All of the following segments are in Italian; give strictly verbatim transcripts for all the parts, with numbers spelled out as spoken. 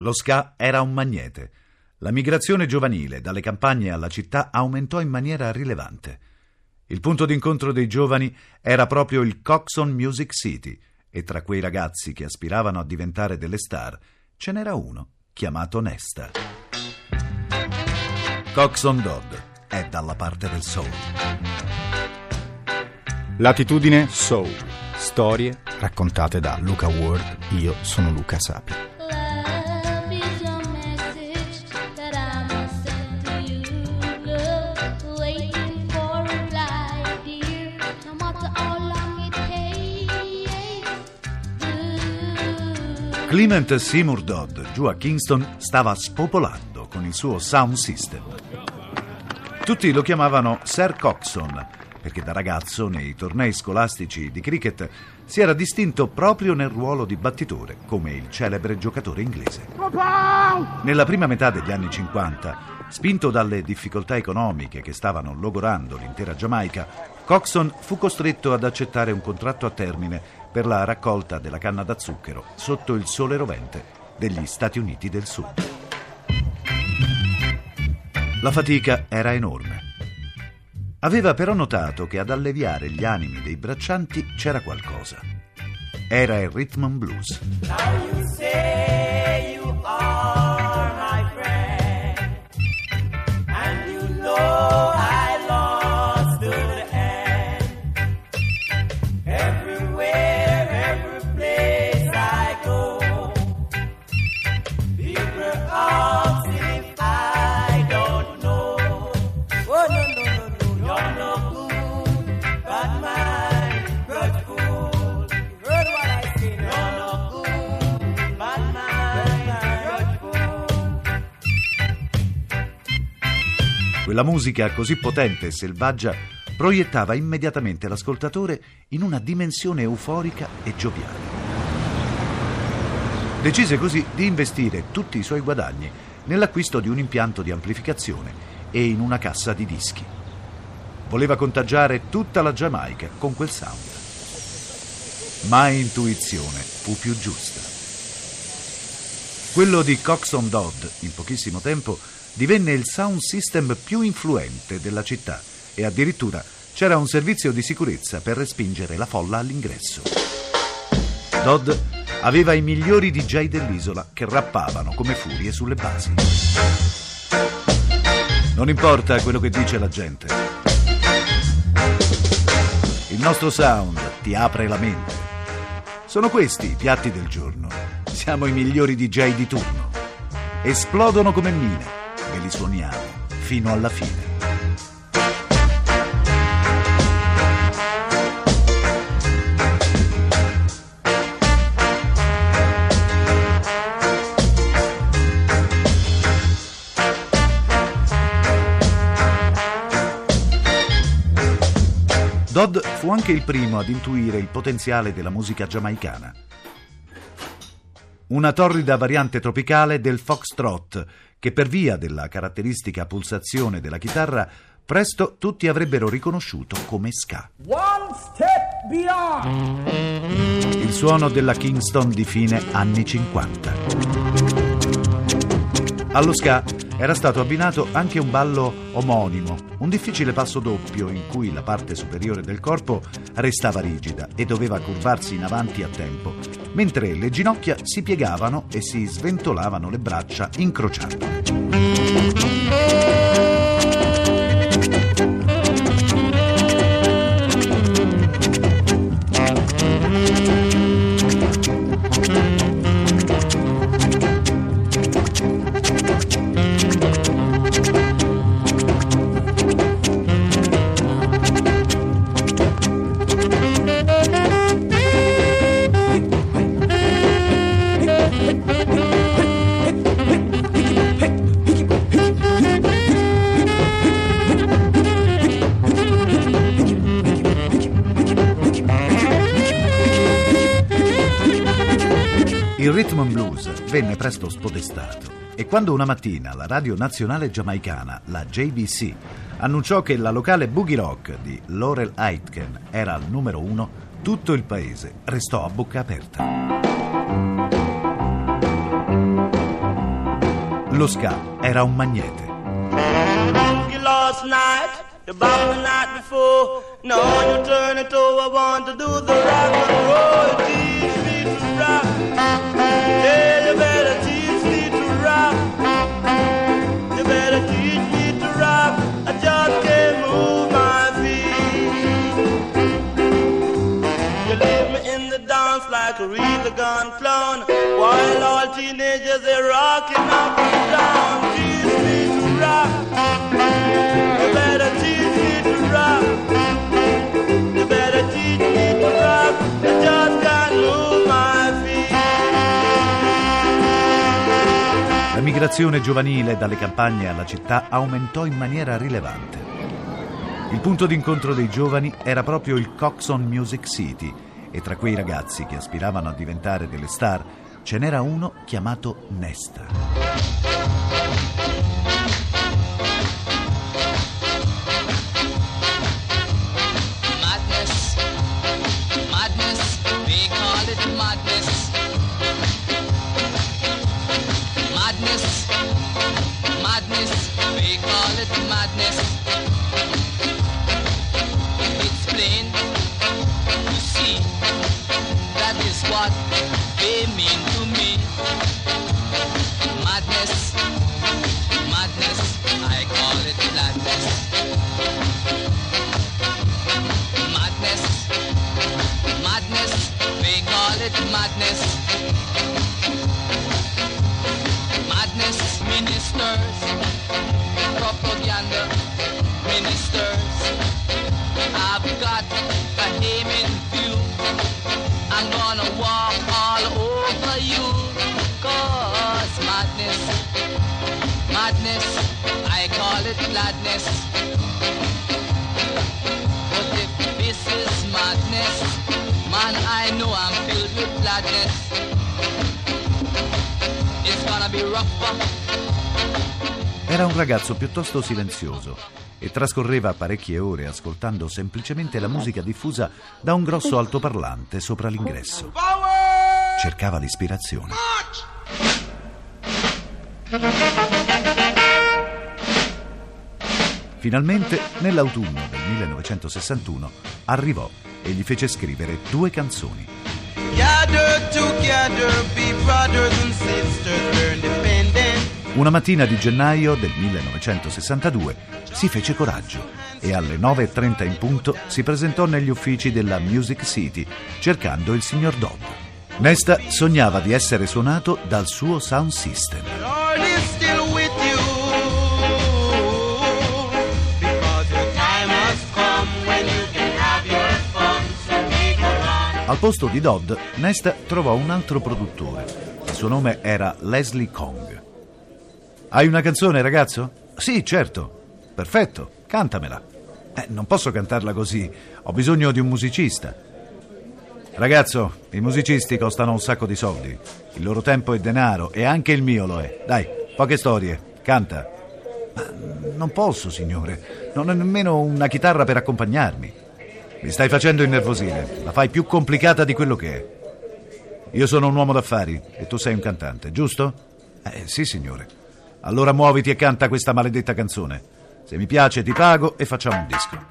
Lo ska era un magnete. La migrazione giovanile dalle campagne alla città aumentò in maniera rilevante. Il punto d'incontro dei giovani era proprio il Coxon Music City e tra quei ragazzi che aspiravano a diventare delle star ce n'era uno chiamato Nesta. Coxon Dodd è dalla parte del soul. Latitudine Soul. Storie raccontate da Luca Ward. Io sono Luca Sapi. Clement Seymour Dodd, giù a Kingston, stava spopolando con il suo sound system. Tutti lo chiamavano Sir Coxon, perché da ragazzo nei tornei scolastici di cricket si era distinto proprio nel ruolo di battitore, come il celebre giocatore inglese. Nella prima metà degli anni cinquanta, spinto dalle difficoltà economiche che stavano logorando l'intera Giamaica, Coxon fu costretto ad accettare un contratto a termine per la raccolta della canna da zucchero sotto il sole rovente degli Stati Uniti del Sud. La fatica era enorme. Aveva però notato che ad alleviare gli animi dei braccianti c'era qualcosa. Era il rhythm and blues. Now you say you are my friend, and you know I lost to the end. Everywhere, every place I go, people ask if I don't know. Oh no no no no, you're no good, but my grudgeful. Heard what I say, you're no good, but my grudgeful. Quella musica così potente e selvaggia proiettava immediatamente l'ascoltatore in una dimensione euforica e gioviale. Decise così di investire tutti i suoi guadagni nell'acquisto di un impianto di amplificazione e in una cassa di dischi. Voleva contagiare tutta la Giamaica con quel sound. Mai intuizione fu più giusta. Quello di Coxon Dodd, in pochissimo tempo, divenne il sound system più influente della città e addirittura c'era un servizio di sicurezza per respingere la folla all'ingresso. Dodd aveva i migliori D J dell'isola che rappavano come furie sulle basi. Non importa quello che dice la gente. Il nostro sound ti apre la mente. Sono questi i piatti del giorno. Siamo i migliori D J di turno. Esplodono come mine. Ve li suoniamo fino alla fine. Dodd fu anche il primo ad intuire il potenziale della musica giamaicana. Una torrida variante tropicale del foxtrot che per via della caratteristica pulsazione della chitarra presto tutti avrebbero riconosciuto come ska. One step beyond. Il suono della Kingston di fine anni cinquanta. Allo ska era stato abbinato anche un ballo omonimo, un difficile passo doppio in cui la parte superiore del corpo restava rigida e doveva curvarsi in avanti a tempo, mentre le ginocchia si piegavano e si sventolavano le braccia incrociandole. Il rhythm and blues venne presto spodestato e quando una mattina la radio nazionale giamaicana, la J B C, annunciò che la locale boogie rock di Laurel Aitken era al numero uno, tutto il paese restò a bocca aperta. Lo ska era un magnete. Last night, the back the night before. Now you turn it over, want to do the rock and roll. Teach me to rock. Yeah, you better teach me to rock. You better teach me to rock. I just can't move my feet. You leave me in the dance like a real gone clown, while all teenagers are rocking up and down. Teach me to rock. You better teach me to rock. You better teach me to rock. I just can't move my feet. La migrazione giovanile dalle campagne alla città aumentò in maniera rilevante. Il punto d'incontro dei giovani era proprio il Coxon Music City e tra quei ragazzi che aspiravano a diventare delle star ce n'era uno chiamato Nesta. What they mean to me. Madness, madness, I call it madness. Madness, madness, they call it madness. Madness, ministers, propaganda ministers, I've got the aim in view. I'm gonna walk all over you, cause madness, madness, I call it gladness. But if this is madness, man, I know I'm filled with gladness. It's gonna be rougher. Era un ragazzo piuttosto silenzioso e trascorreva parecchie ore ascoltando semplicemente la musica diffusa da un grosso altoparlante sopra l'ingresso. Cercava l'ispirazione. Finalmente, nell'autunno del millenovecentosessantuno, arrivò e gli fece scrivere due canzoni. Gather together, be brothers and sisters, learn independence. Una mattina di gennaio del millenovecentosessantadue si fece coraggio e alle nove e trenta in punto si presentò negli uffici della Music City cercando il signor Dodd. Nesta sognava di essere suonato dal suo sound system. Lord is still with you, because your time has come when you can have your fun, so make a run. Al posto di Dodd, Nesta trovò un altro produttore. Il suo nome era Leslie Kong. Hai una canzone, ragazzo? Sì, certo. Perfetto, cantamela. Eh, non posso cantarla così. Ho bisogno di un musicista. Ragazzo, i musicisti costano un sacco di soldi. Il loro tempo è denaro e anche il mio lo è. Dai, poche storie. Canta. Ma non posso, signore. Non ho nemmeno una chitarra per accompagnarmi. Mi stai facendo innervosire. La fai più complicata di quello che è. Io sono un uomo d'affari e tu sei un cantante, giusto? Eh, sì, signore. Allora muoviti e canta questa maledetta canzone. Se mi piace ti pago e facciamo un disco.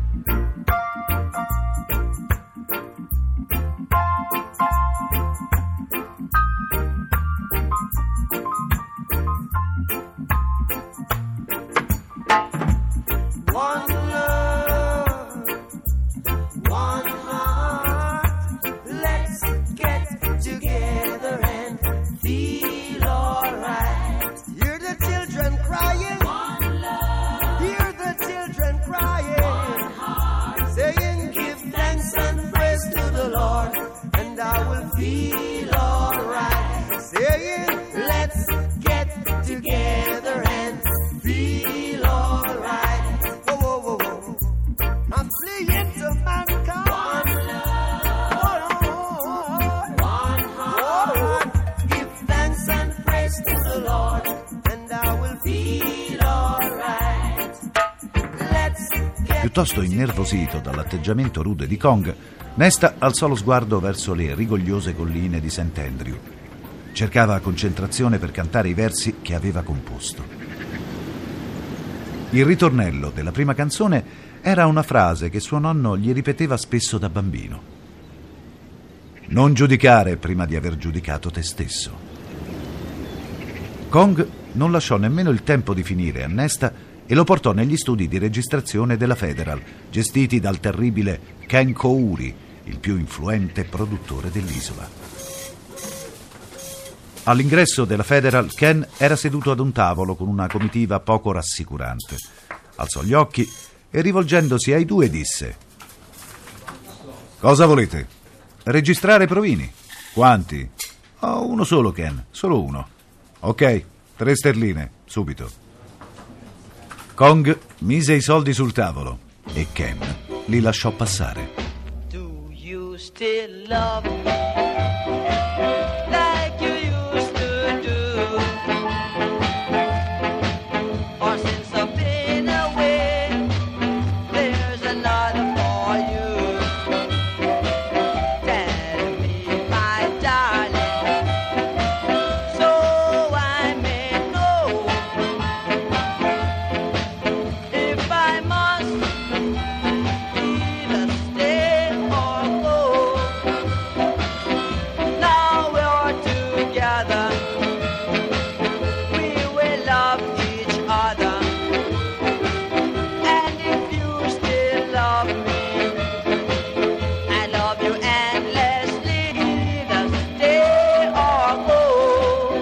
Feel alright, saying let's get together and feel alright. Whoa, whoa, whoa, whoa. I'm fleeing to mankind. One love, oh, one heart. Give thanks and praise to the Lord, and I will feel alright. Let's get Piuttosto innervosito dall'atteggiamento rude di Kong, Nesta alzò lo sguardo verso le rigogliose colline di Saint Andrew. Cercava concentrazione per cantare i versi che aveva composto. Il ritornello della prima canzone era una frase che suo nonno gli ripeteva spesso da bambino. Non giudicare prima di aver giudicato te stesso. Kong non lasciò nemmeno il tempo di finire a Nesta e lo portò negli studi di registrazione della Federal, gestiti dal terribile Ken Kouri, il più influente produttore dell'isola. All'ingresso della Federal, Ken era seduto ad un tavolo con una comitiva poco rassicurante. Alzò gli occhi e, rivolgendosi ai due, disse: «Cosa volete? Registrare provini? Quanti?» «Oh, uno solo, Ken, solo uno». «Ok, tre sterline, subito». Kong mise i soldi sul tavolo e Ken li lasciò passare. Do you still love me like you used to do? Or since I've been away, there's another for you. Tell me, my darling, so I may know if I must either stay or go. Now we're together, we will love each other. And if you still love me, I love you endlessly, either stay or go.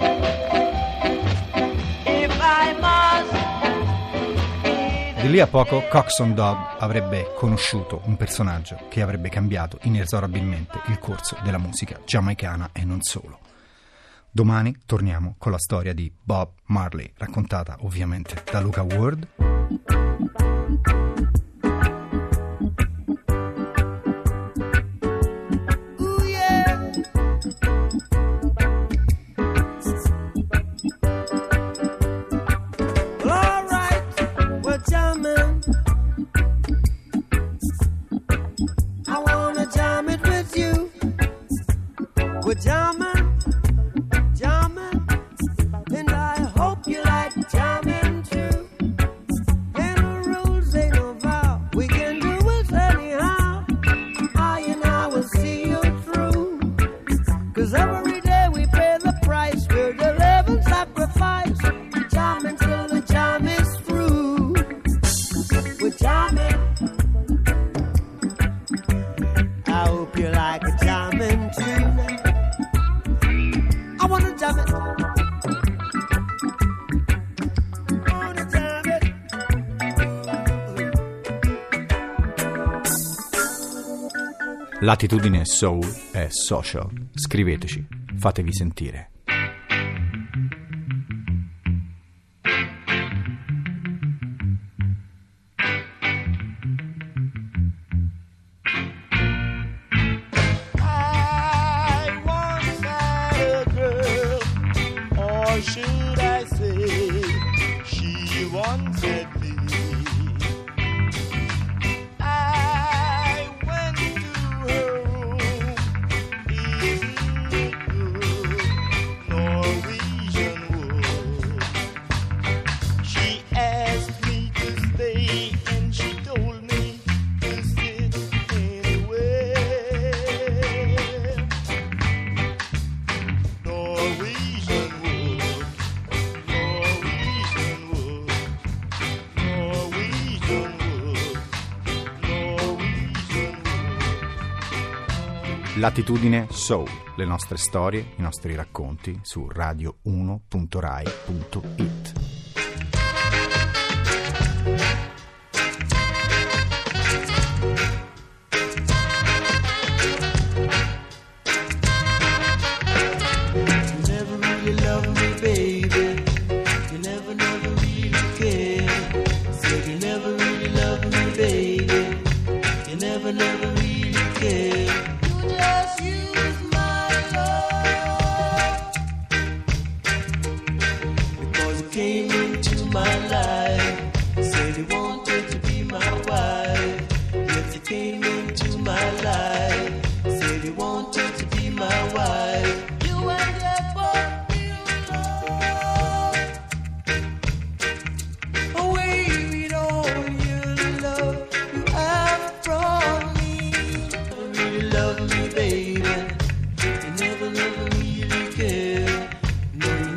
If I must Di lì a poco Coxsone Dodd avrebbe conosciuto un personaggio che avrebbe cambiato inesorabilmente il corso della musica giamaicana e non solo. Domani torniamo con la storia di Bob Marley, raccontata ovviamente da Luca Ward. Ooh, yeah. Well, all right, we're jamming. I wanna jam it with you. We're jamming, jamming, and I hope you like jamming too. Ain't no rules, ain't no vow. We can do it anyhow. I and I will see you through. 'Cause every day we pay the price. We're the living sacrifice. Jamming till the jam is through. We're jamming. I hope you like jamming too. I wanna jam it. I wanna jam it. Latitudine Soul è social. Scriveteci, fatevi sentire. I once had a girl, or should I say, she wanted me. I went to her room, isn't it good? Norwegian wood. She asked me to stay, and she told me to sit anywhere. Norwegian wood, Norwegian wood, Norwegian wood, Norwegian wood. Latitudine Soul, le nostre storie, i nostri racconti su radio uno punto rai punto it. You never really love me, baby. You never, never really care. Said you never really love me, baby. You never, never really care. You just use my love because you came into my life. Said you wanted to be my wife. Yes, you came into my life. Said you wanted to be my wife. You ain't yet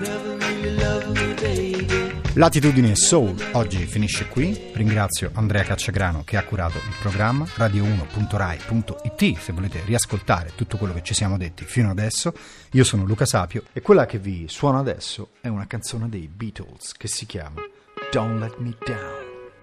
Latitudine Soul oggi finisce qui. Ringrazio Andrea Cacciagrano che ha curato il programma. radio uno punto rai punto it se volete riascoltare tutto quello che ci siamo detti fino adesso. Io sono Luca Sapio e quella che vi suono adesso è una canzone dei Beatles che si chiama Don't Let Me Down.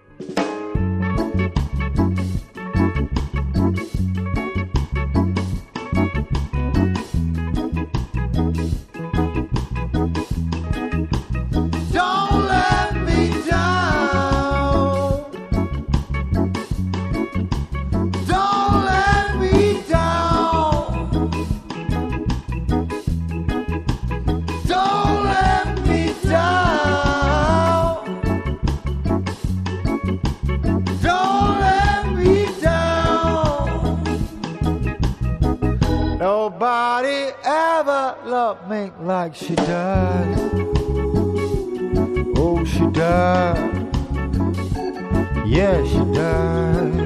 Nobody ever loved me like she does. Oh, she does. Yeah, she does.